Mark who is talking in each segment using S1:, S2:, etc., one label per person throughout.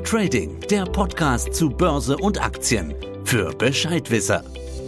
S1: for Trading, der Podcast zu Börse und Aktien. Für Bescheidwisser.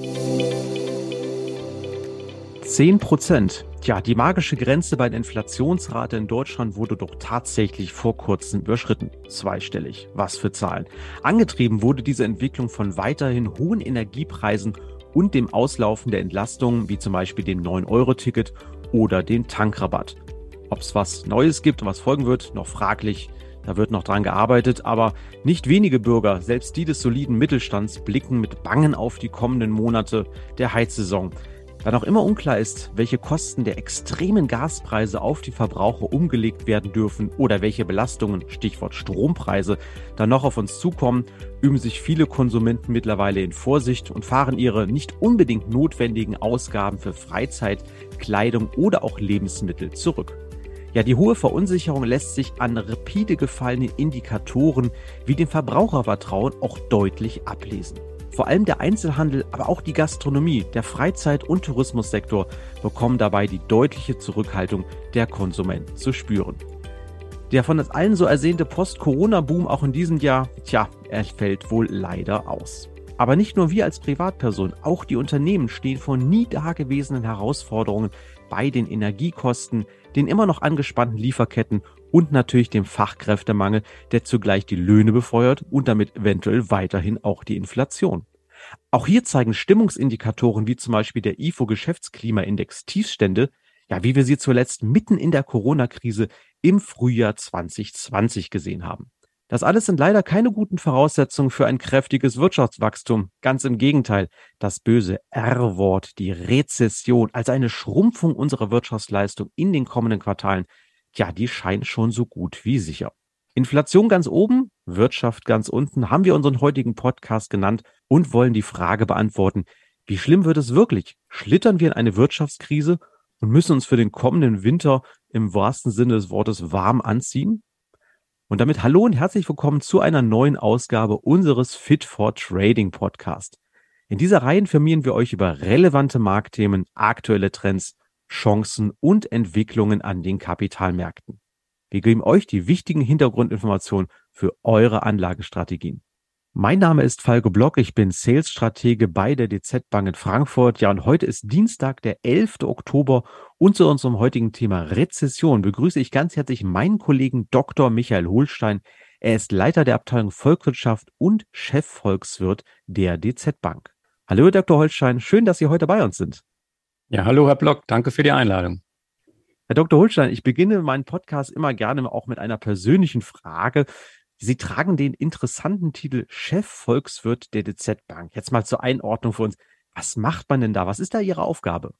S2: 10%. Ja, die magische Grenze bei der Inflationsrate in Deutschland wurde doch tatsächlich vor kurzem überschritten. Zweistellig. Was für Zahlen. Angetrieben wurde diese Entwicklung von weiterhin hohen Energiepreisen und dem Auslaufen der Entlastungen, wie zum Beispiel dem 9-Euro-Ticket oder dem Tankrabatt. Ob es was Neues gibt und was folgen wird, noch fraglich. Da wird noch dran gearbeitet, aber nicht wenige Bürger, selbst die des soliden Mittelstands, blicken mit Bangen auf die kommenden Monate der Heizsaison. Da noch immer unklar ist, welche Kosten der extremen Gaspreise auf die Verbraucher umgelegt werden dürfen oder welche Belastungen, Stichwort Strompreise, dann noch auf uns zukommen, üben sich viele Konsumenten mittlerweile in Vorsicht und fahren ihre nicht unbedingt notwendigen Ausgaben für Freizeit, Kleidung oder auch Lebensmittel zurück. Ja, die hohe Verunsicherung lässt sich an rapide gefallenen Indikatoren wie dem Verbrauchervertrauen auch deutlich ablesen. Vor allem der Einzelhandel, aber auch die Gastronomie, der Freizeit- und Tourismussektor bekommen dabei die deutliche Zurückhaltung der Konsumenten zu spüren. Der von uns allen so ersehnte Post-Corona-Boom auch in diesem Jahr, er fällt wohl leider aus. Aber nicht nur wir als Privatperson, auch die Unternehmen stehen vor nie dagewesenen Herausforderungen bei den Energiekosten, den immer noch angespannten Lieferketten und natürlich dem Fachkräftemangel, der zugleich die Löhne befeuert und damit eventuell weiterhin auch die Inflation. Auch hier zeigen Stimmungsindikatoren wie zum Beispiel der ifo-Geschäftsklimaindex Tiefstände, wie wir sie zuletzt mitten in der Corona-Krise im Frühjahr 2020 gesehen haben. Das alles sind leider keine guten Voraussetzungen für ein kräftiges Wirtschaftswachstum. Ganz im Gegenteil, das böse R-Wort, die Rezession, also eine Schrumpfung unserer Wirtschaftsleistung in den kommenden Quartalen, die scheint schon so gut wie sicher. Inflation ganz oben, Wirtschaft ganz unten, haben wir unseren heutigen Podcast genannt und wollen die Frage beantworten, wie schlimm wird es wirklich? Schlittern wir in eine Wirtschaftskrise und müssen uns für den kommenden Winter im wahrsten Sinne des Wortes warm anziehen? Und damit hallo und herzlich willkommen zu einer neuen Ausgabe unseres Fit for Trading Podcast. In dieser Reihe informieren wir euch über relevante Marktthemen, aktuelle Trends, Chancen und Entwicklungen an den Kapitalmärkten. Wir geben euch die wichtigen Hintergrundinformationen für eure Anlagestrategien. Mein Name ist Falco Block, ich bin Sales-Stratege bei der DZ Bank in Frankfurt. Ja, und heute ist Dienstag, der 11. Oktober und zu unserem heutigen Thema Rezession begrüße ich ganz herzlich meinen Kollegen Dr. Michael Holstein. Er ist Leiter der Abteilung Volkswirtschaft und Chefvolkswirt der DZ Bank. Hallo, Herr Dr. Holstein, schön, dass Sie heute bei uns sind.
S3: Ja, hallo, Herr Block, danke für die Einladung.
S2: Herr Dr. Holstein, ich beginne meinen Podcast immer gerne auch mit einer persönlichen Frage. Sie tragen den interessanten Titel Chefvolkswirt der DZ Bank. Jetzt mal zur Einordnung für uns. Was macht man denn da? Was ist da Ihre Aufgabe?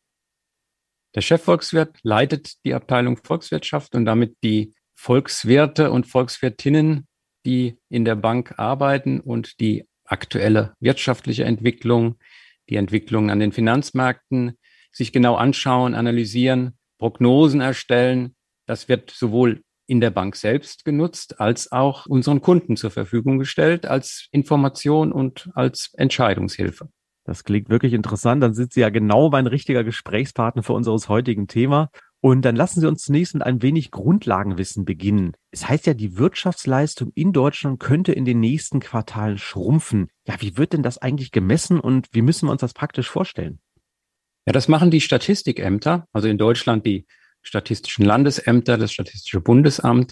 S3: Der Chefvolkswirt leitet die Abteilung Volkswirtschaft und damit die Volkswirte und Volkswirtinnen, die in der Bank arbeiten und die aktuelle wirtschaftliche Entwicklung, die Entwicklung an den Finanzmärkten sich genau anschauen, analysieren, Prognosen erstellen. Das wird sowohl in der Bank selbst genutzt, als auch unseren Kunden zur Verfügung gestellt, als Information und als Entscheidungshilfe.
S2: Das klingt wirklich interessant. Dann sind Sie ja genau mein richtiger Gesprächspartner für unseres heutigen Thema. Und dann lassen Sie uns zunächst mit ein wenig Grundlagenwissen beginnen. Es heißt ja, die Wirtschaftsleistung in Deutschland könnte in den nächsten Quartalen schrumpfen. Ja, wie wird denn das eigentlich gemessen und wie müssen wir uns das praktisch vorstellen?
S3: Ja, das machen die Statistikämter, also in Deutschland die statistischen Landesämter, das Statistische Bundesamt,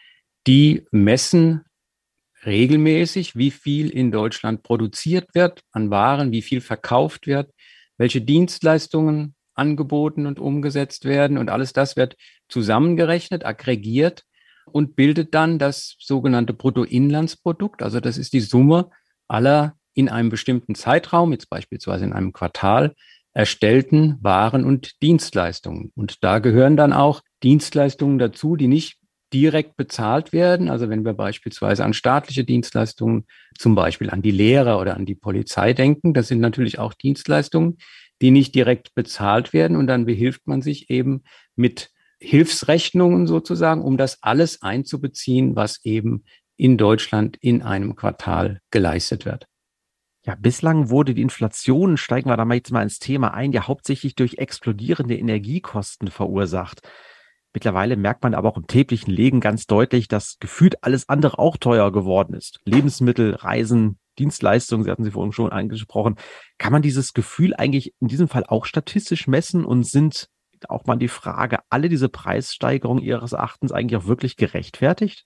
S3: die messen regelmäßig, wie viel in Deutschland produziert wird an Waren, wie viel verkauft wird, welche Dienstleistungen angeboten und umgesetzt werden. Und alles das wird zusammengerechnet, aggregiert und bildet dann das sogenannte Bruttoinlandsprodukt. Also das ist die Summe aller in einem bestimmten Zeitraum, jetzt beispielsweise in einem Quartal, erstellten Waren und Dienstleistungen. Und da gehören dann auch Dienstleistungen dazu, die nicht direkt bezahlt werden. Also wenn wir beispielsweise an staatliche Dienstleistungen, zum Beispiel an die Lehrer oder an die Polizei denken, das sind natürlich auch Dienstleistungen, die nicht direkt bezahlt werden. Und dann behilft man sich eben mit Hilfsrechnungen sozusagen, um das alles einzubeziehen, was eben in Deutschland in einem Quartal geleistet wird.
S2: Ja, bislang wurde die Inflation, steigen wir da mal jetzt mal ins Thema ein, ja hauptsächlich durch explodierende Energiekosten verursacht. Mittlerweile merkt man aber auch im täglichen Leben ganz deutlich, dass gefühlt alles andere auch teuer geworden ist. Lebensmittel, Reisen, Dienstleistungen, Sie hatten sie vorhin schon angesprochen. Kann man dieses Gefühl eigentlich in diesem Fall auch statistisch messen und sind auch mal die Frage, alle diese Preissteigerungen Ihres Erachtens eigentlich auch wirklich gerechtfertigt?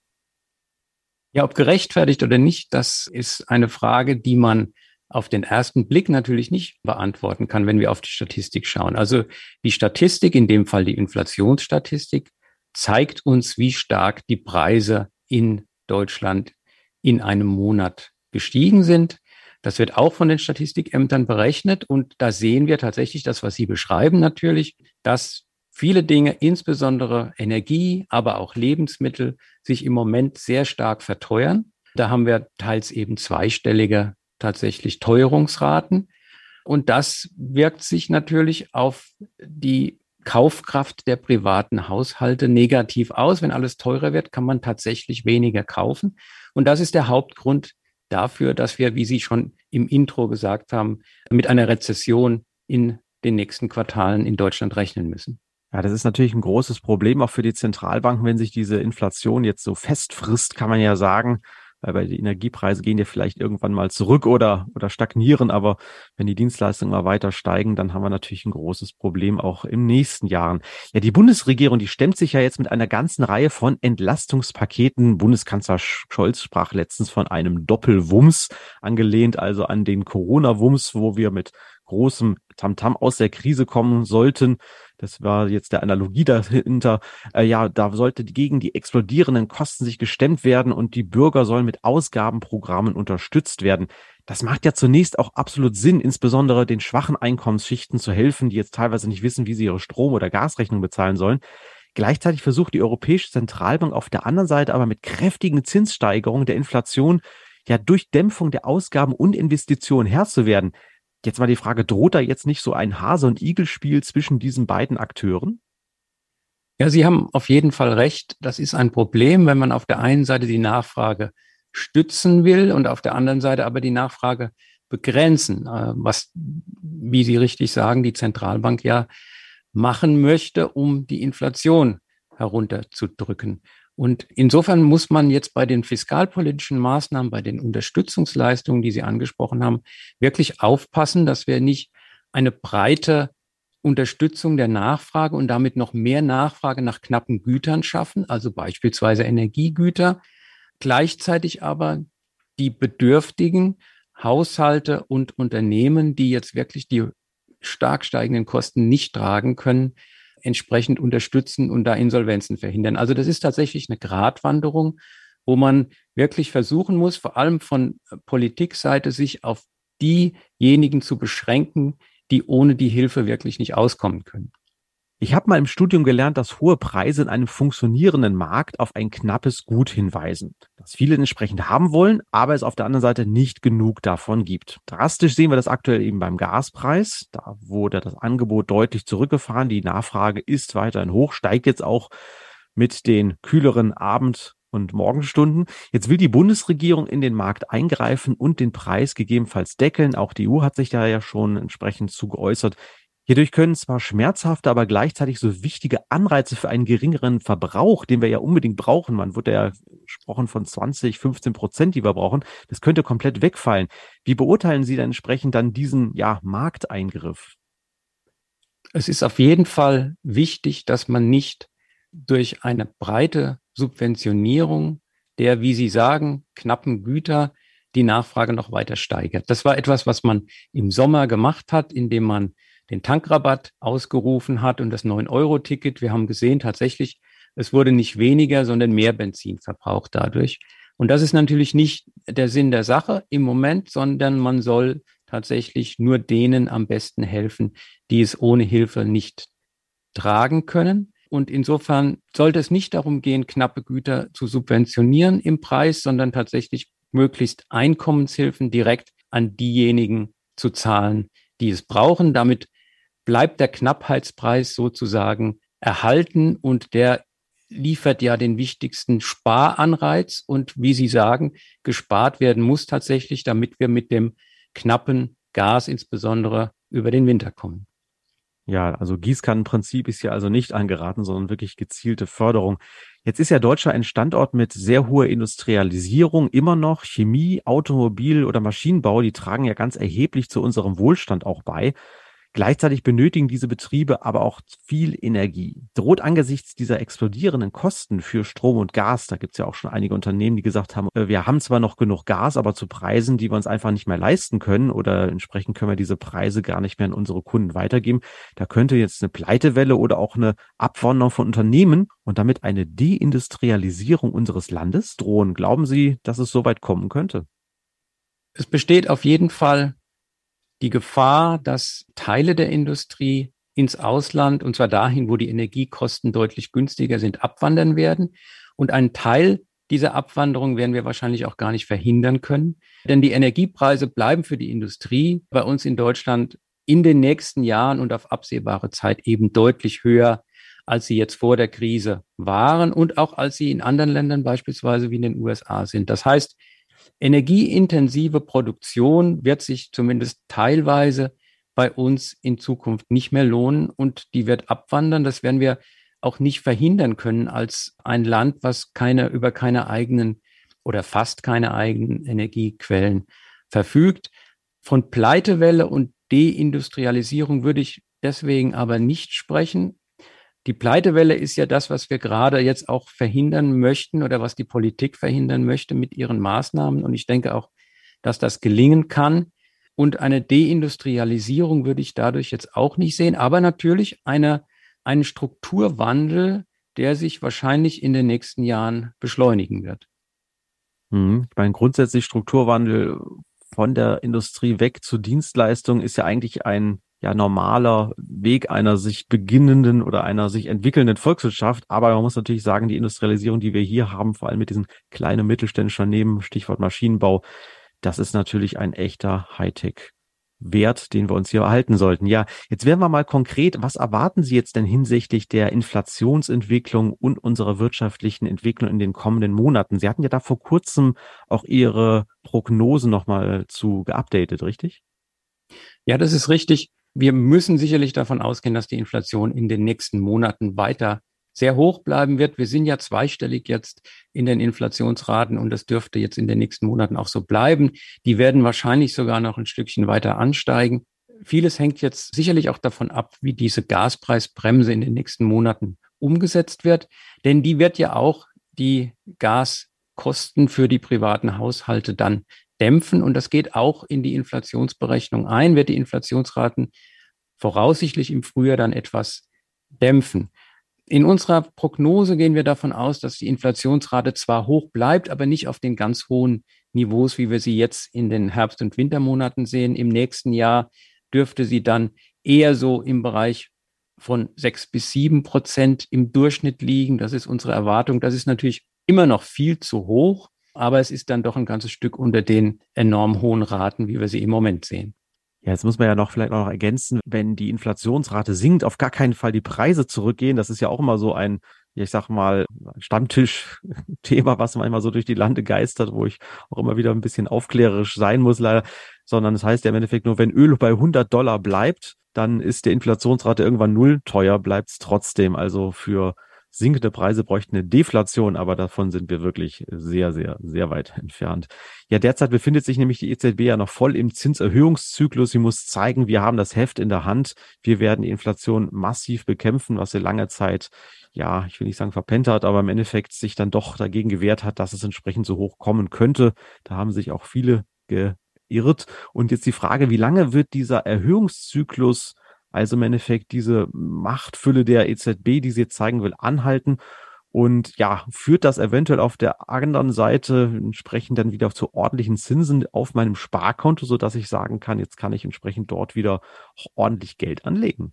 S3: Ja, ob gerechtfertigt oder nicht, das ist eine Frage, die man auf den ersten Blick natürlich nicht beantworten kann, wenn wir auf die Statistik schauen. Also die Statistik, in dem Fall die Inflationsstatistik, zeigt uns, wie stark die Preise in Deutschland in einem Monat gestiegen sind. Das wird auch von den Statistikämtern berechnet und da sehen wir tatsächlich das, was Sie beschreiben natürlich, dass viele Dinge, insbesondere Energie, aber auch Lebensmittel, sich im Moment sehr stark verteuern. Da haben wir teils eben zweistellige tatsächlich Teuerungsraten. Und das wirkt sich natürlich auf die Kaufkraft der privaten Haushalte negativ aus. Wenn alles teurer wird, kann man tatsächlich weniger kaufen. Und das ist der Hauptgrund dafür, dass wir, wie Sie schon im Intro gesagt haben, mit einer Rezession in den nächsten Quartalen in Deutschland rechnen müssen.
S2: Ja, das ist natürlich ein großes Problem auch für die Zentralbanken, wenn sich diese Inflation jetzt so festfrisst, kann man ja sagen, weil die Energiepreise gehen ja vielleicht irgendwann mal zurück oder stagnieren, aber wenn die Dienstleistungen mal weiter steigen, dann haben wir natürlich ein großes Problem auch im nächsten Jahren. Ja, die Bundesregierung, die stemmt sich ja jetzt mit einer ganzen Reihe von Entlastungspaketen. Bundeskanzler Scholz sprach letztens von einem Doppelwumms, angelehnt also an den Corona-Wumms, wo wir mit großem Tamtam aus der Krise kommen sollten. Das war jetzt der Analogie dahinter. Ja, da sollte gegen die explodierenden Kosten sich gestemmt werden und die Bürger sollen mit Ausgabenprogrammen unterstützt werden. Das macht ja zunächst auch absolut Sinn, insbesondere den schwachen Einkommensschichten zu helfen, die jetzt teilweise nicht wissen, wie sie ihre Strom- oder Gasrechnung bezahlen sollen. Gleichzeitig versucht die Europäische Zentralbank auf der anderen Seite aber mit kräftigen Zinssteigerungen der Inflation ja durch Dämpfung der Ausgaben und Investitionen Herr zu werden. Jetzt mal die Frage, droht da jetzt nicht so ein Hase- und Igel-Spiel zwischen diesen beiden Akteuren?
S3: Ja, Sie haben auf jeden Fall recht. Das ist ein Problem, wenn man auf der einen Seite die Nachfrage stützen will und auf der anderen Seite aber die Nachfrage begrenzen, was, wie Sie richtig sagen, die Zentralbank ja machen möchte, um die Inflation herunterzudrücken. Und insofern muss man jetzt bei den fiskalpolitischen Maßnahmen, bei den Unterstützungsleistungen, die Sie angesprochen haben, wirklich aufpassen, dass wir nicht eine breite Unterstützung der Nachfrage und damit noch mehr Nachfrage nach knappen Gütern schaffen, also beispielsweise Energiegüter, gleichzeitig aber die bedürftigen Haushalte und Unternehmen, die jetzt wirklich die stark steigenden Kosten nicht tragen können, entsprechend unterstützen und da Insolvenzen verhindern. Also das ist tatsächlich eine Gratwanderung, wo man wirklich versuchen muss, vor allem von Politikseite, sich auf diejenigen zu beschränken, die ohne die Hilfe wirklich nicht auskommen können.
S2: Ich habe mal im Studium gelernt, dass hohe Preise in einem funktionierenden Markt auf ein knappes Gut hinweisen, das viele entsprechend haben wollen, aber es auf der anderen Seite nicht genug davon gibt. Drastisch sehen wir das aktuell eben beim Gaspreis. Da wurde das Angebot deutlich zurückgefahren. Die Nachfrage ist weiterhin hoch, steigt jetzt auch mit den kühleren Abend- und Morgenstunden. Jetzt will die Bundesregierung in den Markt eingreifen und den Preis gegebenenfalls deckeln. Auch die EU hat sich da ja schon entsprechend zu geäußert. Hierdurch können zwar schmerzhafte, aber gleichzeitig so wichtige Anreize für einen geringeren Verbrauch, den wir ja unbedingt brauchen, man wird ja gesprochen von 15%, die wir brauchen, das könnte komplett wegfallen. Wie beurteilen Sie denn entsprechend dann diesen, ja, Markteingriff?
S3: Es ist auf jeden Fall wichtig, dass man nicht durch eine breite Subventionierung der, wie Sie sagen, knappen Güter die Nachfrage noch weiter steigert. Das war etwas, was man im Sommer gemacht hat, indem man den Tankrabatt ausgerufen hat und das 9-Euro-Ticket. Wir haben gesehen, tatsächlich, es wurde nicht weniger, sondern mehr Benzin verbraucht dadurch. Und das ist natürlich nicht der Sinn der Sache im Moment, sondern man soll tatsächlich nur denen am besten helfen, die es ohne Hilfe nicht tragen können. Und insofern sollte es nicht darum gehen, knappe Güter zu subventionieren im Preis, sondern tatsächlich möglichst Einkommenshilfen direkt an diejenigen zu zahlen, die es brauchen. Damit bleibt der Knappheitspreis sozusagen erhalten und der liefert ja den wichtigsten Sparanreiz. Und wie Sie sagen, gespart werden muss tatsächlich, damit wir mit dem knappen Gas insbesondere über den Winter kommen.
S2: Ja, also Gießkannenprinzip ist hier also nicht angeraten, sondern wirklich gezielte Förderung. Jetzt ist ja Deutschland ein Standort mit sehr hoher Industrialisierung, immer noch Chemie, Automobil oder Maschinenbau, die tragen ja ganz erheblich zu unserem Wohlstand auch bei. Gleichzeitig benötigen diese Betriebe aber auch viel Energie. Droht angesichts dieser explodierenden Kosten für Strom und Gas, da gibt es ja auch schon einige Unternehmen, die gesagt haben, wir haben zwar noch genug Gas, aber zu Preisen, die wir uns einfach nicht mehr leisten können oder entsprechend können wir diese Preise gar nicht mehr an unsere Kunden weitergeben. Da könnte jetzt eine Pleitewelle oder auch eine Abwanderung von Unternehmen und damit eine Deindustrialisierung unseres Landes drohen. Glauben Sie, dass es so weit kommen könnte?
S3: Es besteht auf jeden Fall die Gefahr, dass Teile der Industrie ins Ausland, und zwar dahin, wo die Energiekosten deutlich günstiger sind, abwandern werden. Und einen Teil dieser Abwanderung werden wir wahrscheinlich auch gar nicht verhindern können. Denn die Energiepreise bleiben für die Industrie bei uns in Deutschland in den nächsten Jahren und auf absehbare Zeit eben deutlich höher, als sie jetzt vor der Krise waren und auch als sie in anderen Ländern beispielsweise wie in den USA sind. Das heißt, energieintensive Produktion wird sich zumindest teilweise bei uns in Zukunft nicht mehr lohnen und die wird abwandern. Das werden wir auch nicht verhindern können als ein Land, was über keine eigenen oder fast keine eigenen Energiequellen verfügt. Von Pleitewelle und Deindustrialisierung würde ich deswegen aber nicht sprechen. Die Pleitewelle ist ja das, was wir gerade jetzt auch verhindern möchten oder was die Politik verhindern möchte mit ihren Maßnahmen. Und ich denke auch, dass das gelingen kann. Und eine Deindustrialisierung würde ich dadurch jetzt auch nicht sehen, aber natürlich einen Strukturwandel, der sich wahrscheinlich in den nächsten Jahren beschleunigen wird.
S2: Ich meine, grundsätzlich Strukturwandel von der Industrie weg zu Dienstleistungen ist ja eigentlich ein normaler Weg einer sich beginnenden oder einer sich entwickelnden Volkswirtschaft. Aber man muss natürlich sagen, die Industrialisierung, die wir hier haben, vor allem mit diesen kleinen mittelständischen Unternehmen, Stichwort Maschinenbau, das ist natürlich ein echter Hightech-Wert, den wir uns hier erhalten sollten. Ja, jetzt werden wir mal konkret. Was erwarten Sie jetzt denn hinsichtlich der Inflationsentwicklung und unserer wirtschaftlichen Entwicklung in den kommenden Monaten? Sie hatten ja da vor kurzem auch Ihre Prognosen nochmal zu geupdatet, richtig?
S3: Ja, das ist richtig. Wir müssen sicherlich davon ausgehen, dass die Inflation in den nächsten Monaten weiter sehr hoch bleiben wird. Wir sind ja zweistellig jetzt in den Inflationsraten und das dürfte jetzt in den nächsten Monaten auch so bleiben. Die werden wahrscheinlich sogar noch ein Stückchen weiter ansteigen. Vieles hängt jetzt sicherlich auch davon ab, wie diese Gaspreisbremse in den nächsten Monaten umgesetzt wird, denn die wird ja auch die Gaskosten für die privaten Haushalte dann dämpfen und das geht auch in die Inflationsberechnung ein, wird die Inflationsraten voraussichtlich im Frühjahr dann etwas dämpfen. In unserer Prognose gehen wir davon aus, dass die Inflationsrate zwar hoch bleibt, aber nicht auf den ganz hohen Niveaus, wie wir sie jetzt in den Herbst- und Wintermonaten sehen. Im nächsten Jahr dürfte sie dann eher so im Bereich von 6-7% im Durchschnitt liegen. Das ist unsere Erwartung. Das ist natürlich immer noch viel zu hoch, aber es ist dann doch ein ganzes Stück unter den enorm hohen Raten, wie wir sie im Moment sehen.
S2: Ja, jetzt muss man ja vielleicht noch ergänzen, wenn die Inflationsrate sinkt, auf gar keinen Fall die Preise zurückgehen. Das ist ja auch immer so ein, ich sag mal, Stammtischthema, was manchmal so durch die Lande geistert, wo ich auch immer wieder ein bisschen aufklärerisch sein muss, leider. Sondern das heißt ja im Endeffekt nur, wenn Öl bei $100 bleibt, dann ist die Inflationsrate irgendwann null, teuer bleibt es trotzdem. Also für sinkende Preise bräuchten eine Deflation, aber davon sind wir wirklich sehr, sehr, sehr weit entfernt. Ja, derzeit befindet sich nämlich die EZB ja noch voll im Zinserhöhungszyklus. Sie muss zeigen, wir haben das Heft in der Hand. Wir werden die Inflation massiv bekämpfen, was sie lange Zeit, ja, ich will nicht sagen verpennt hat, aber im Endeffekt sich dann doch dagegen gewehrt hat, dass es entsprechend so hoch kommen könnte. Da haben sich auch viele geirrt. Und jetzt die Frage, wie lange wird dieser Erhöhungszyklus, also im Endeffekt diese Machtfülle der EZB, die sie jetzt zeigen will, anhalten? Und ja, führt das eventuell auf der anderen Seite entsprechend dann wieder zu ordentlichen Zinsen auf meinem Sparkonto, sodass ich sagen kann, jetzt kann ich entsprechend dort wieder ordentlich Geld anlegen?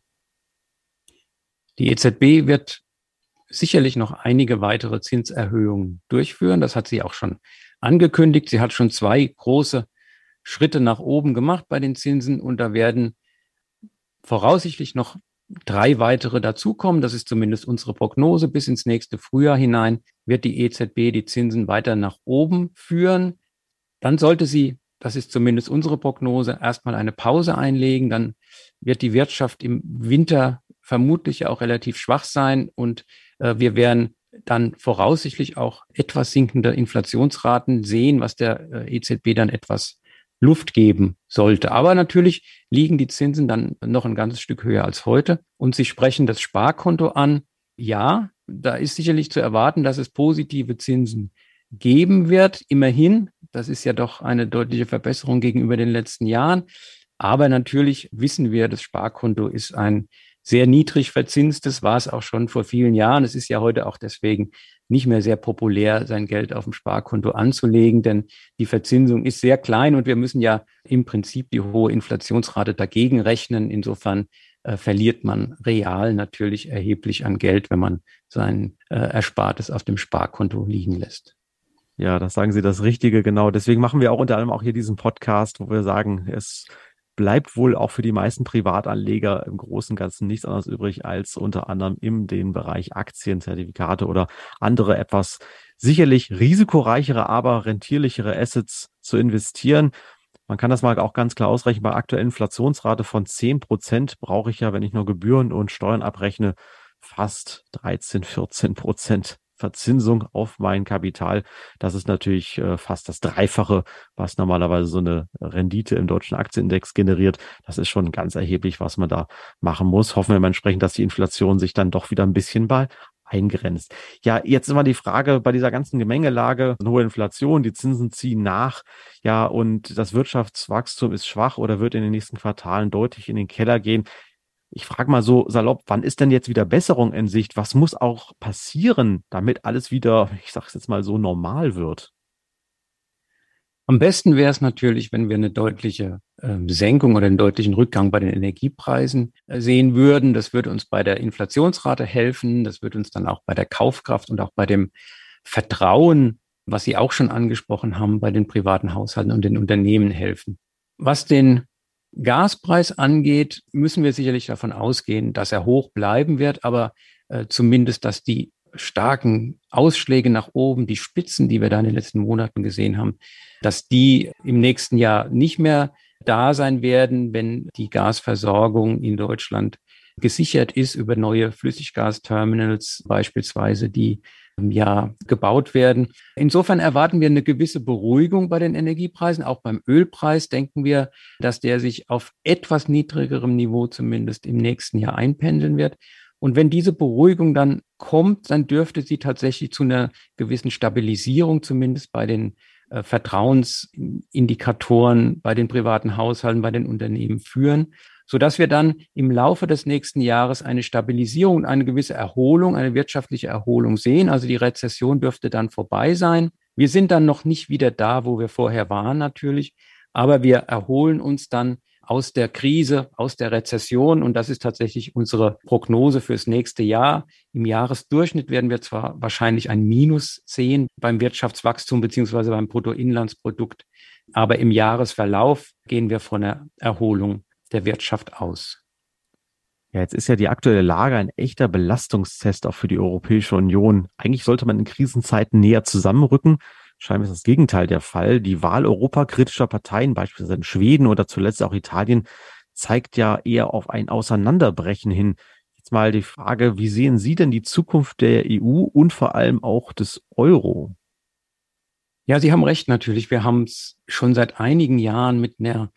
S3: Die EZB wird sicherlich noch einige weitere Zinserhöhungen durchführen. Das hat sie auch schon angekündigt. Sie hat schon 2 große Schritte nach oben gemacht bei den Zinsen und da werden voraussichtlich noch 3 weitere dazukommen. Das ist zumindest unsere Prognose. Bis ins nächste Frühjahr hinein wird die EZB die Zinsen weiter nach oben führen. Dann sollte sie, das ist zumindest unsere Prognose, erstmal eine Pause einlegen. Dann wird die Wirtschaft im Winter vermutlich auch relativ schwach sein und wir werden dann voraussichtlich auch etwas sinkende Inflationsraten sehen, was der EZB dann etwas Luft geben sollte. Aber natürlich liegen die Zinsen dann noch ein ganzes Stück höher als heute. Und Sie sprechen das Sparkonto an. Ja, da ist sicherlich zu erwarten, dass es positive Zinsen geben wird. Immerhin, das ist ja doch eine deutliche Verbesserung gegenüber den letzten Jahren. Aber natürlich wissen wir, das Sparkonto ist ein sehr niedrig verzinstes, war es auch schon vor vielen Jahren. Es ist ja heute auch deswegen nicht mehr sehr populär, sein Geld auf dem Sparkonto anzulegen, denn die Verzinsung ist sehr klein und wir müssen ja im Prinzip die hohe Inflationsrate dagegen rechnen. Insofern verliert man real natürlich erheblich an Geld, wenn man sein Erspartes auf dem Sparkonto liegen lässt.
S2: Ja, das sagen Sie das Richtige, genau. Deswegen machen wir auch unter anderem auch hier diesen Podcast, wo wir sagen, es bleibt wohl auch für die meisten Privatanleger im Großen und Ganzen nichts anderes übrig, als unter anderem in den Bereich Aktien, Zertifikate oder andere etwas sicherlich risikoreichere, aber rentierlichere Assets zu investieren. Man kann das mal auch ganz klar ausrechnen. Bei aktueller Inflationsrate von 10% brauche ich ja, wenn ich nur Gebühren und Steuern abrechne, fast 13-14% Verzinsung auf mein Kapital. Das ist natürlich fast das Dreifache, was normalerweise so eine Rendite im deutschen Aktienindex generiert. Das ist schon ganz erheblich, was man da machen muss. Hoffen wir entsprechend, dass die Inflation sich dann doch wieder ein bisschen mal eingrenzt. Ja, jetzt ist mal die Frage bei dieser ganzen Gemengelage, eine hohe Inflation, die Zinsen ziehen nach, ja, und das Wirtschaftswachstum ist schwach oder wird in den nächsten Quartalen deutlich in den Keller gehen. Ich frage mal so salopp, wann ist denn jetzt wieder Besserung in Sicht? Was muss auch passieren, damit alles wieder, ich sage es jetzt mal so, normal wird?
S3: Am besten wäre es natürlich, wenn wir eine deutliche Senkung oder einen deutlichen Rückgang bei den Energiepreisen sehen würden. Das würde uns bei der Inflationsrate helfen. Das würde uns dann auch bei der Kaufkraft und auch bei dem Vertrauen, was Sie auch schon angesprochen haben, bei den privaten Haushalten und den Unternehmen helfen. Was den Gaspreis angeht, müssen wir sicherlich davon ausgehen, dass er hoch bleiben wird, aber zumindest, dass die starken Ausschläge nach oben, die Spitzen, die wir da in den letzten Monaten gesehen haben, dass die im nächsten Jahr nicht mehr da sein werden, wenn die Gasversorgung in Deutschland gesichert ist über neue Flüssiggasterminals beispielsweise, die gebaut werden. Insofern erwarten wir eine gewisse Beruhigung bei den Energiepreisen. Auch beim Ölpreis denken wir, dass der sich auf etwas niedrigerem Niveau zumindest im nächsten Jahr einpendeln wird. Und wenn diese Beruhigung dann kommt, dann dürfte sie tatsächlich zu einer gewissen Stabilisierung zumindest bei den Vertrauensindikatoren, bei den privaten Haushalten, bei den Unternehmen führen, sodass wir dann im Laufe des nächsten Jahres eine Stabilisierung und eine gewisse Erholung, eine wirtschaftliche Erholung sehen. Also die Rezession dürfte dann vorbei sein. Wir sind dann noch nicht wieder da, wo wir vorher waren natürlich, aber wir erholen uns dann aus der Krise, aus der Rezession. Und das ist tatsächlich unsere Prognose fürs nächste Jahr. Im Jahresdurchschnitt werden wir zwar wahrscheinlich ein Minus sehen beim Wirtschaftswachstum beziehungsweise beim Bruttoinlandsprodukt, aber im Jahresverlauf gehen wir von einer Erholung der Wirtschaft aus.
S2: Ja, jetzt ist ja die aktuelle Lage ein echter Belastungstest auch für die Europäische Union. Eigentlich sollte man in Krisenzeiten näher zusammenrücken. Scheinbar ist das Gegenteil der Fall. Die Wahl europakritischer Parteien, beispielsweise in Schweden oder zuletzt auch Italien, zeigt ja eher auf ein Auseinanderbrechen hin. Jetzt mal die Frage, wie sehen Sie denn die Zukunft der EU und vor allem auch des Euro?
S3: Ja, Sie haben recht natürlich. Wir haben es schon seit einigen Jahren mit einer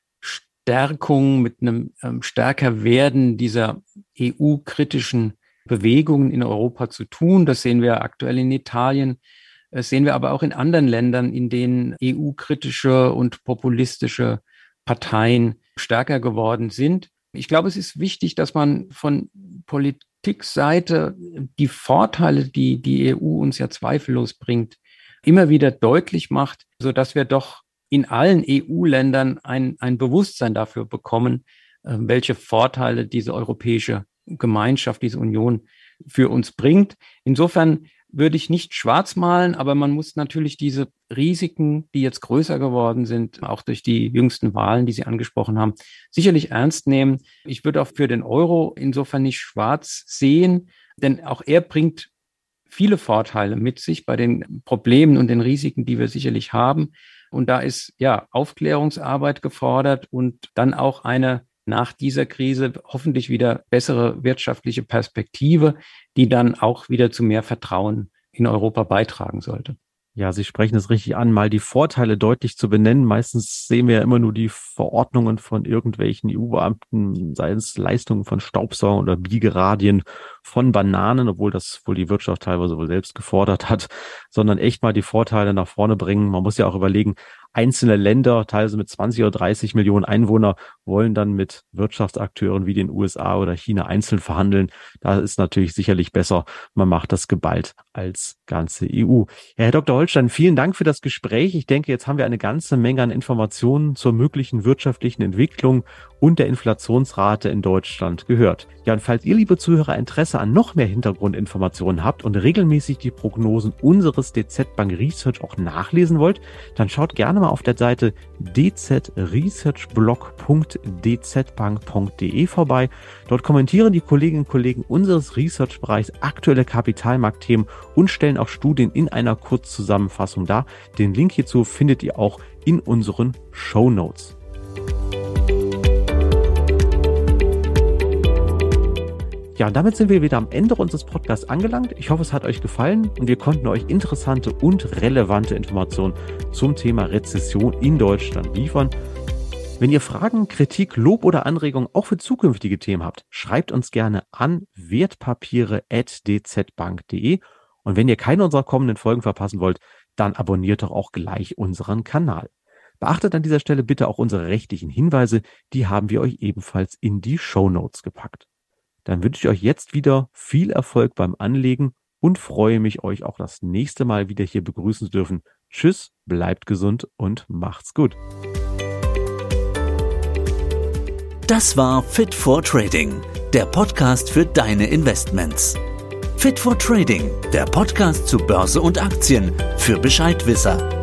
S3: Stärkung, mit einem stärker Werden dieser EU-kritischen Bewegungen in Europa zu tun. Das sehen wir aktuell in Italien. Das sehen wir aber auch in anderen Ländern, in denen EU-kritische und populistische Parteien stärker geworden sind. Ich glaube, es ist wichtig, dass man von Politikseite die Vorteile, die die EU uns ja zweifellos bringt, immer wieder deutlich macht, sodass wir doch in allen EU-Ländern ein Bewusstsein dafür bekommen, welche Vorteile diese europäische Gemeinschaft, diese Union für uns bringt. Insofern würde ich nicht schwarz malen, aber man muss natürlich diese Risiken, die jetzt größer geworden sind, auch durch die jüngsten Wahlen, die Sie angesprochen haben, sicherlich ernst nehmen. Ich würde auch für den Euro insofern nicht schwarz sehen, denn auch er bringt viele Vorteile mit sich bei den Problemen und den Risiken, die wir sicherlich haben. Und da ist ja Aufklärungsarbeit gefordert und dann auch eine nach dieser Krise hoffentlich wieder bessere wirtschaftliche Perspektive, die dann auch wieder zu mehr Vertrauen in Europa beitragen sollte.
S2: Ja, Sie sprechen es richtig an, mal die Vorteile deutlich zu benennen. Meistens sehen wir ja immer nur die Verordnungen von irgendwelchen EU-Beamten, seien es Leistungen von Staubsaugern oder Biegeradien von Bananen, obwohl das wohl die Wirtschaft teilweise wohl selbst gefordert hat, sondern echt mal die Vorteile nach vorne bringen. Man muss ja auch überlegen, einzelne Länder, teilweise mit 20 oder 30 Millionen Einwohner, wollen dann mit Wirtschaftsakteuren wie den USA oder China einzeln verhandeln. Da ist natürlich sicherlich besser, man macht das geballt als ganze EU. Ja, Herr Dr. Holstein, vielen Dank für das Gespräch. Ich denke, jetzt haben wir eine ganze Menge an Informationen zur möglichen wirtschaftlichen Entwicklung und der Inflationsrate in Deutschland gehört. Ja, und falls ihr, liebe Zuhörer, Interesse an noch mehr Hintergrundinformationen habt und regelmäßig die Prognosen unseres DZ Bank Research auch nachlesen wollt, dann schaut gerne mal auf der Seite dzresearchblog.dzbank.de vorbei. Dort kommentieren die Kolleginnen und Kollegen unseres Research-Bereichs aktuelle Kapitalmarktthemen und stellen auch Studien in einer Kurzzusammenfassung dar. Den Link hierzu findet ihr auch in unseren Shownotes. Ja, und damit sind wir wieder am Ende unseres Podcasts angelangt. Ich hoffe, es hat euch gefallen und wir konnten euch interessante und relevante Informationen zum Thema Rezession in Deutschland liefern. Wenn ihr Fragen, Kritik, Lob oder Anregungen auch für zukünftige Themen habt, schreibt uns gerne an wertpapiere@dzbank.de. Und wenn ihr keine unserer kommenden Folgen verpassen wollt, dann abonniert doch auch gleich unseren Kanal. Beachtet an dieser Stelle bitte auch unsere rechtlichen Hinweise, die haben wir euch ebenfalls in die Shownotes gepackt. Dann wünsche ich euch jetzt wieder viel Erfolg beim Anlegen und freue mich, euch auch das nächste Mal wieder hier begrüßen zu dürfen. Tschüss, bleibt gesund und macht's gut.
S1: Das war Fit for Trading, der Podcast für deine Investments. Fit for Trading, der Podcast zu Börse und Aktien für Bescheidwisser.